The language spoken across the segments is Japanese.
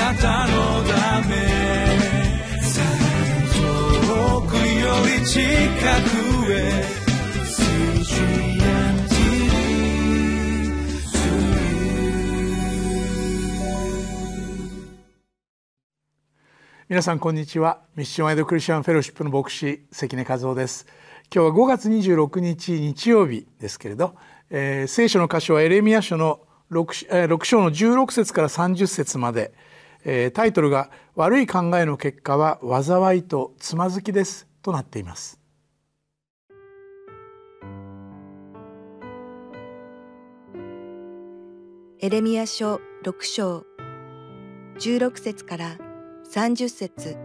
なたのため遠くより近くへ皆さんこんにちは。ミッションワイドクリスチャンフェローシップの牧師関根和夫です。今日は5月26日日曜日ですけれど、聖書の箇所はエレミヤ書の 6章の16節から30節まで、タイトルが悪い考えの結果は災いとつまずきですとなっています。 エレミヤ書6章16節から30節。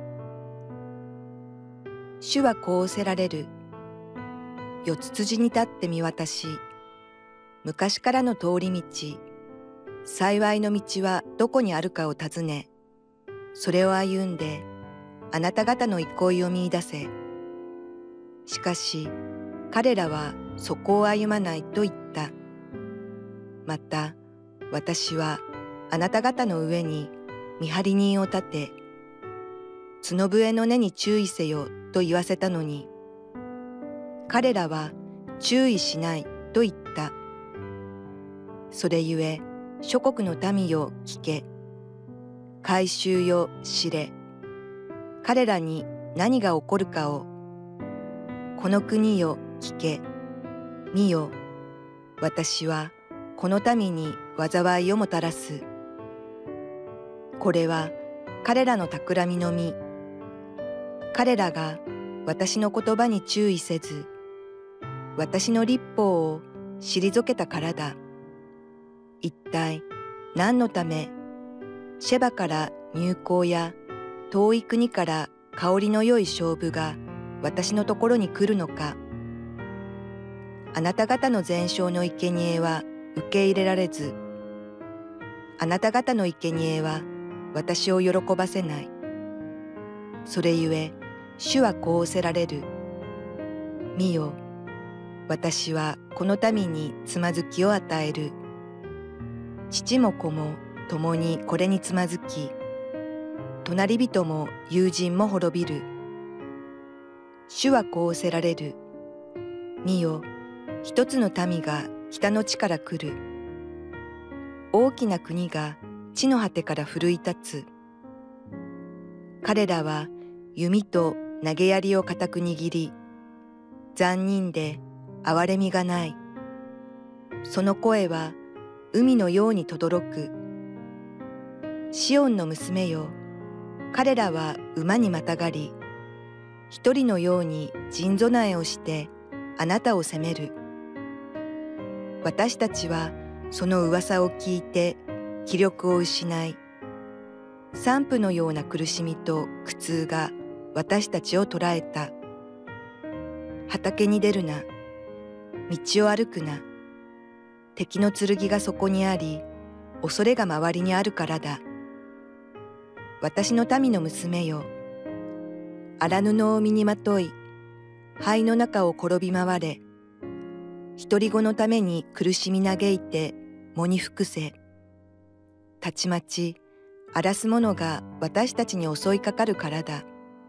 主はこう仰せられる。四つ辻に立って見渡し、昔からの通り道、幸いの道はどこにあるかを尋ね、それを歩んであなた方の憩いを見出せ。しかし彼らはそこを歩まないと言った。また私はあなた方の上に見張り人を立て、角笛の音に注意せよと言わせたのに、彼らは注意しないと言った。それゆえ諸国の民よ聞け、改宗よ知れ。彼らに何が起こるかを。この国よ聞け、見よ、私はこの民に災いをもたらす。これは彼らの企みの実。彼らが私の言葉に注意せず、私の律法を退けたからだ。一体何のため、シェバから入香や遠い国から香りの良い菖蒲が私のところに来るのか。あなた方の全焼の生贄は受け入れられず、あなた方の生贄は私を喜ばせない。それゆえ主はこう仰せられる。見よ、私はこの民につまずきを与える。父も子も共にこれにつまずき、隣人も友人も滅びる。主はこう仰せられる。見よ、一つの民が北の地から来る。大きな国が地の果てから奮い立つ。彼らは弓と投げ槍を固く握り、残忍で憐れみがない。その声は海のように轟く。シオンの娘よ、彼らは馬にまたがり、一人のように陣備えをしてあなたを責める。私たちはその噂を聞いて気力を失い、散布のような苦しみと苦痛が私たちを捉えた。畑に出るな、道を歩くな。敵の剣がそこにあり、恐れが周りにあるからだ。私の民の娘よ、荒布を身にまとい、灰の中を転び回れ。独り子のために苦しみ嘆いて喪に服せ。たちまち荒らす者が私たちに襲いかかるからだ。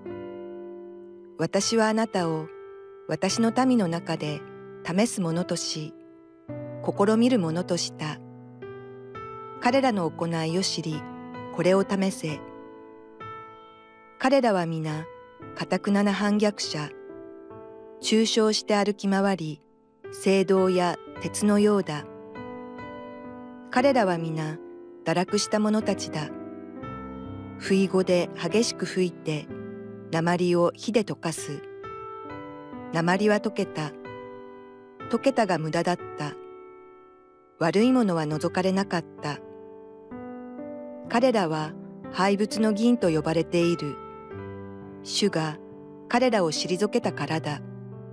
私はあなたを私の民の中で試す者とし、試みる者とした。彼らの行いを知り、これを試せ。彼らは皆、頑なな反逆者、中傷して歩き回り、青銅や鉄のようだ。彼らは皆、堕落した者たちだ。不意語で激しく吹いて、鉛を火で溶かす。鉛は溶けた。溶けたが無駄だった。悪いものは除かれなかった。彼らは廃物の銀と呼ばれている。主が彼らを退けたからだ。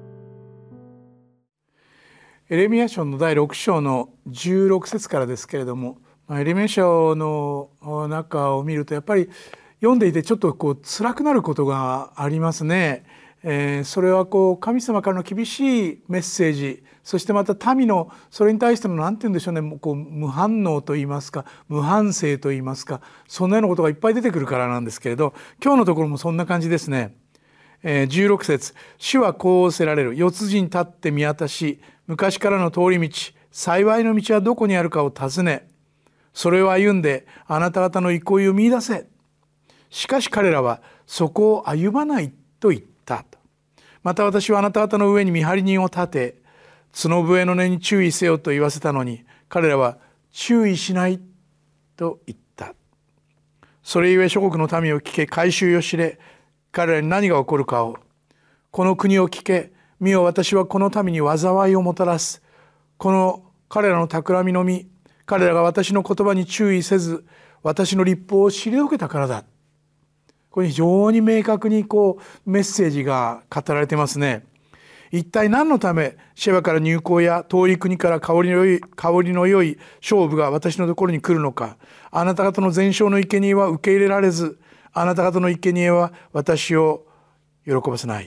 エレミヤ書の第6章の16節からですけれども、エレミヤ書の中を見るとやっぱり読んでいてちょっと辛くなることがありますね。 それは神様からの厳しいメッセージ、そしてまた民のそれに対しての何て言うんでしょうね、無反応といいますか無反省といいますか、そんなようなことがいっぱい出てくるからなんですけれど、今日のところもそんな感じですね。16節、主はこう仰せられる。四つ地に立って見渡し、昔からの通り道、幸いの道はどこにあるかを尋ね、それを歩んであなた方の憩いを見出せ。しかし彼らはそこを歩まないと言った。また私はあなた方の上に見張り人を立て、角笛の音に注意せよと言わせたのに、彼らは注意しないと言った。それゆえ諸国の民を聞け、改宗を知れ、彼らに何が起こるかを。この国を聞け、見よ、私はこの民に災いをもたらす。この彼らの企みの実、彼らが私の言葉に注意せず、私の律法を退けたからだ。これ非常に明確にメッセージが語られてますね。一体何のためシェバから入港や遠い国から香りの良い勝負が私のところに来るのか。あなた方の全焼の生贄は受け入れられず、あなた方の生贄は私を喜ばせない。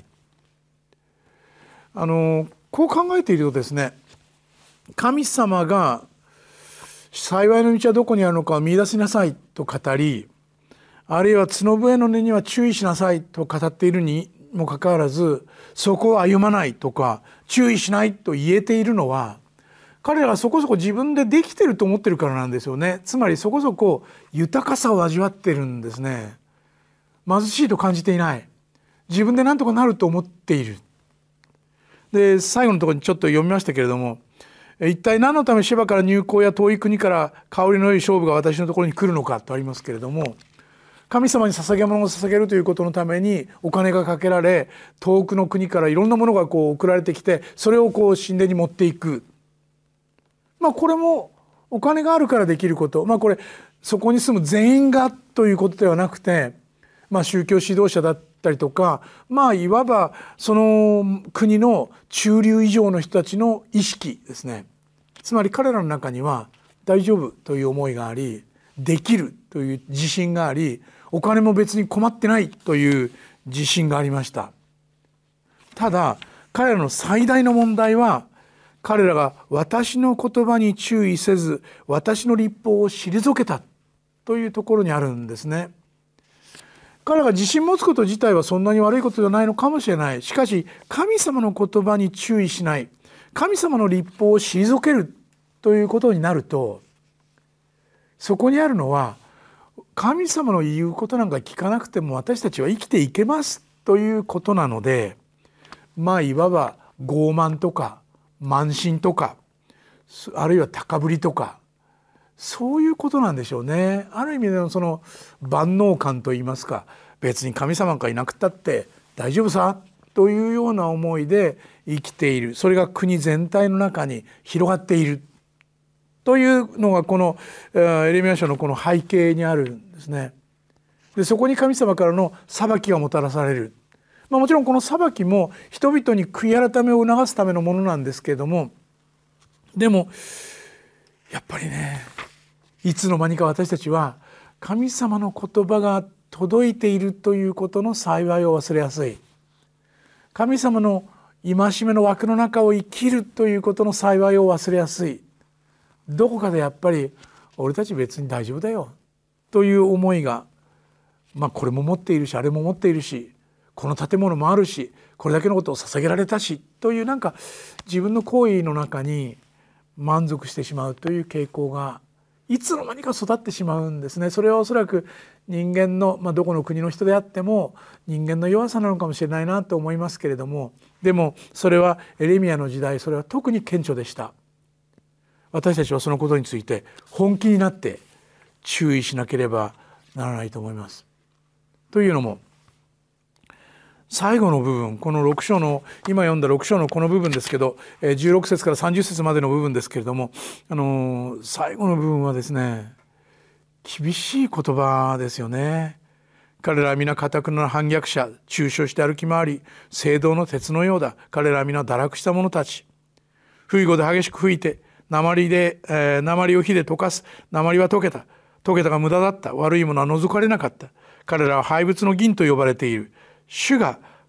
こう考えているとですね、神様が幸いの道はどこにあるのかを見出しなさいと語り、あるいは角笛の音には注意しなさいと語っているにもかかわらず、そこを歩まないとか注意しないと言えているのは、彼らがそこそこ自分でできてると思ってるからなんですよね。つまりそこそこ豊かさを味わってるんですね。貧しいと感じていない。自分で何とかなると思っている。で、最後のところにちょっと読みましたけれども、一体何のためシェバから入港や遠い国から香りの良い勝負が私のところに来るのかとありますけれども、神様に捧げ物を捧げるということのためにお金がかけられ、遠くの国からいろんなものが送られてきて、それを神殿に持っていく。これもお金があるからできること。これそこに住む全員がということではなくて、宗教指導者だったりとか、いわばその国の中流以上の人たちの意識ですね。つまり彼らの中には大丈夫という思いがあり、できるという自信があり、お金も別に困ってないという自信がありました。ただ彼らの最大の問題は、彼らが私の言葉に注意せず私の律法を退けたというところにあるんですね。彼らが自信持つこと自体はそんなに悪いことではないのかもしれない。しかし神様の言葉に注意しない、神様の律法を退けるということになると、そこにあるのは、神様の言うことなんか聞かなくても私たちは生きていけますということなので、いわば傲慢とか慢心とか、あるいは高ぶりとか、そういうことなんでしょうね。ある意味でのその万能感といいますか、別に神様がいなくたって大丈夫さというような思いで生きている。それが国全体の中に広がっているというのがこのエレミヤ書のこの背景にあるんですね。で、そこに神様からの裁きがもたらされる。もちろんこの裁きも人々に悔い改めを促すためのものなんですけれども、でもやっぱりね、いつの間にか私たちは神様の言葉が届いているということの幸いを忘れやすい。神様の戒めの枠の中を生きるということの幸いを忘れやすい。どこかでやっぱり俺たち別に大丈夫だよという思いが、これも持っているしあれも持っているし、この建物もあるし、これだけのことを捧げられたしという、自分の行為の中に満足してしまうという傾向がいつの間にか育ってしまうんですね。それはおそらく人間の、どこの国の人であっても人間の弱さなのかもしれないなと思いますけれども、でもそれはエレミヤの時代、それは特に顕著でした。私たちはそのことについて本気になって注意しなければならないと思います。というのも、最後の部分、この6章の今読んだ6章のこの部分ですけど、16節から30節までの部分ですけれども、最後の部分はですね、厳しい言葉ですよね。彼らは皆堅くな反逆者、中傷して歩き回り、青銅の鉄のようだ。彼らは皆堕落した者たち。不意語で激しく吹いて、鉛を火で溶かす。鉛は溶けた。溶けたが無駄だった。悪いものは除かれなかった。彼らは廃物の銀と呼ばれている。主が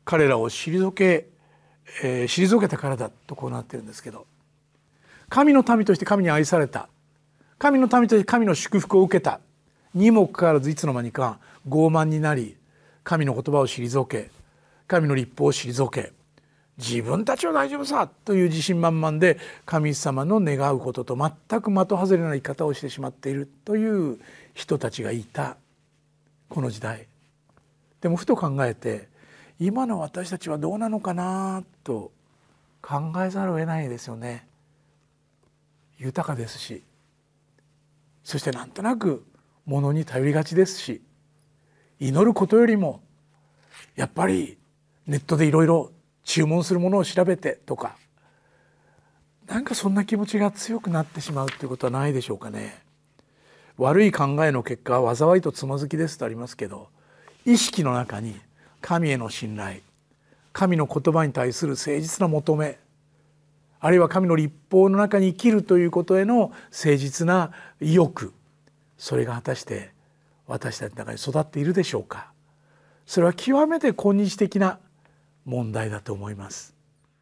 彼らを退けたからだとこうなってるんですけど、神の民として神に愛された、神の民として神の祝福を受けたにもかかわらず、いつの間にか傲慢になり、神の言葉を退け、神の律法を退け、自分たちは大丈夫さという自信満々で神様の願うことと全く的外れな生き方をしてしまっているという人たちがいたこの時代でも、ふと考えて今の私たちはどうなのかなと考えざるを得ないですよね。豊かですし、そしてなんとなく物に頼りがちですし、祈ることよりもやっぱりネットでいろいろ注文するものを調べてとか、なんかそんな気持ちが強くなってしまうということはないでしょうかね。悪い考えの結果は災いとつまずきですとありますけど、意識の中に神への信頼、神の言葉に対する誠実な求め、あるいは神の律法の中に生きるということへの誠実な意欲、それが果たして私たちの中に育っているでしょうか。それは極めて今日的な問題だと思います。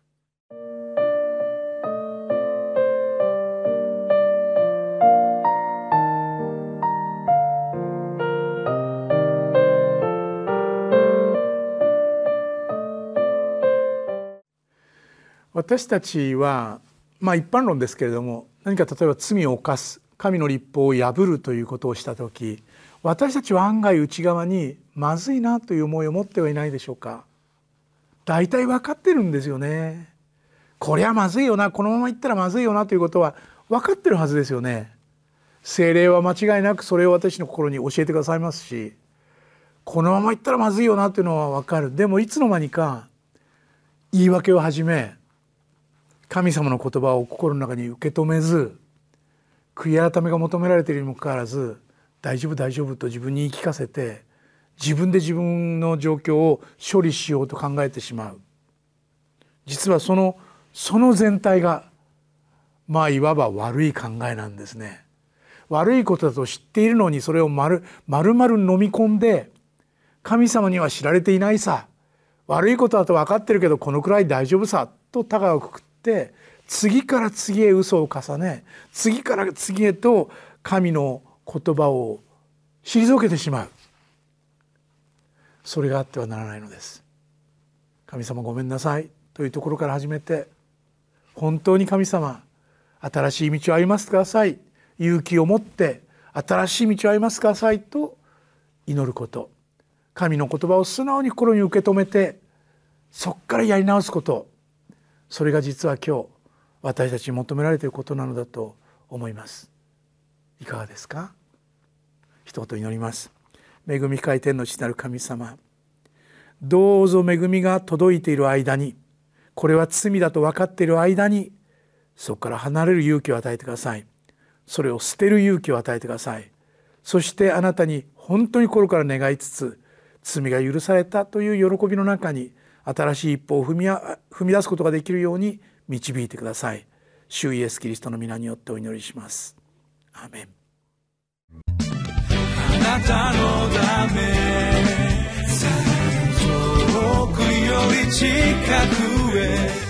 私たちは一般論ですけれども、何か例えば罪を犯す、神の律法を破るということをしたとき、私たちは案外内側にまずいなという思いを持ってはいないでしょうか。大体分かってるんですよね。こりゃまずいよな、このままいったらまずいよなということは分かってるはずですよね。聖霊は間違いなくそれを私の心に教えてくださいますし、このままいったらまずいよなというのは分かる。でもいつの間にか言い訳を始め、神様の言葉を心の中に受け止めず、悔い改めが求められているにもかかわらず、大丈夫大丈夫と自分に言い聞かせて、自分で自分の状況を処理しようと考えてしまう。実はその全体がいわば悪い考えなんですね。悪いことだと知っているのに、それを丸々飲み込んで、神様には知られていないさ、悪いことだと分かってるけどこのくらい大丈夫さと高をくくって、次から次へ嘘を重ね、次から次へと神の言葉を退けてしまう。それがあってはならないのです。神様ごめんなさいというところから始めて、本当に神様新しい道を歩ませてください、勇気を持って新しい道を歩ませてくださいと祈ること、神の言葉を素直に心に受け止めて、そこからやり直すこと、それが実は今日私たちに求められていることなのだと思います。いかがですか。一言祈ります。恵み深い天の父なる神様、どうぞ恵みが届いている間に、これは罪だと分かっている間に、そこから離れる勇気を与えてください。それを捨てる勇気を与えてください。そしてあなたに本当に心から願いつつ、罪が許されたという喜びの中に新しい一歩を踏み出すことができるように導いてください。主イエスキリストの皆によってお祈りします。アーメン。 あなたのため遠くより近くへ